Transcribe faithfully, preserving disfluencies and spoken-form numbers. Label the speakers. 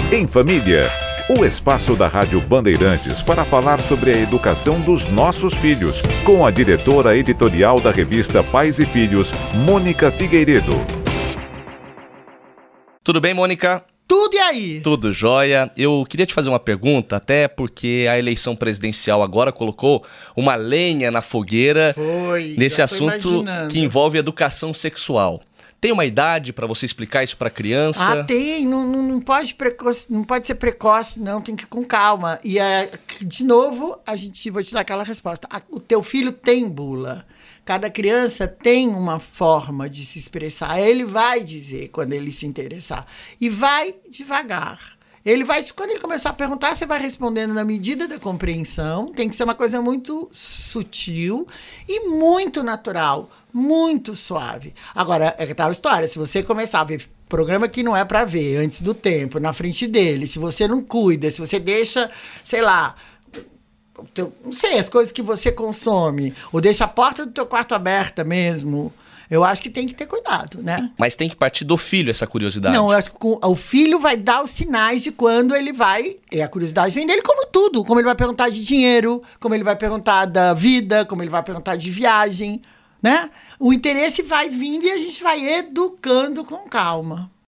Speaker 1: Em Família, o espaço da Rádio Bandeirantes para falar sobre a educação dos nossos filhos, com a diretora editorial da revista Pais e Filhos, Mônica Figueiredo.
Speaker 2: Tudo bem, Mônica?
Speaker 3: Tudo e aí?
Speaker 2: Tudo jóia. Eu queria te fazer uma pergunta, até porque a eleição presidencial agora colocou uma lenha na fogueira
Speaker 3: Foi,
Speaker 2: nesse assunto que envolve educação sexual. Tem uma idade para você explicar isso para criança?
Speaker 3: Ah, tem. Não, não, não, pode precoce, não pode ser precoce, não. Tem que ir com calma. E, é, de novo, a gente vou te dar aquela resposta. O teu filho tem bula. Cada criança tem uma forma de se expressar. Ele vai dizer quando ele se interessar. E vai devagar. Ele vai, quando ele começar a perguntar, você vai respondendo na medida da compreensão. Tem que ser uma coisa muito sutil e muito natural, muito suave. Agora, é tal história, se você começar a ver programa que não é para ver antes do tempo, na frente dele, se você não cuida, se você deixa, sei lá, teu, não sei, as coisas que você consome, ou deixa a porta do teu quarto aberta mesmo, eu acho que tem que ter cuidado, né?
Speaker 2: Mas tem que partir do filho essa curiosidade.
Speaker 3: Não, eu acho que o filho vai dar os sinais de quando ele vai... E a curiosidade vem dele como tudo. Como ele vai perguntar de dinheiro, como ele vai perguntar da vida, como ele vai perguntar de viagem, né? O interesse vai vindo e a gente vai educando com calma.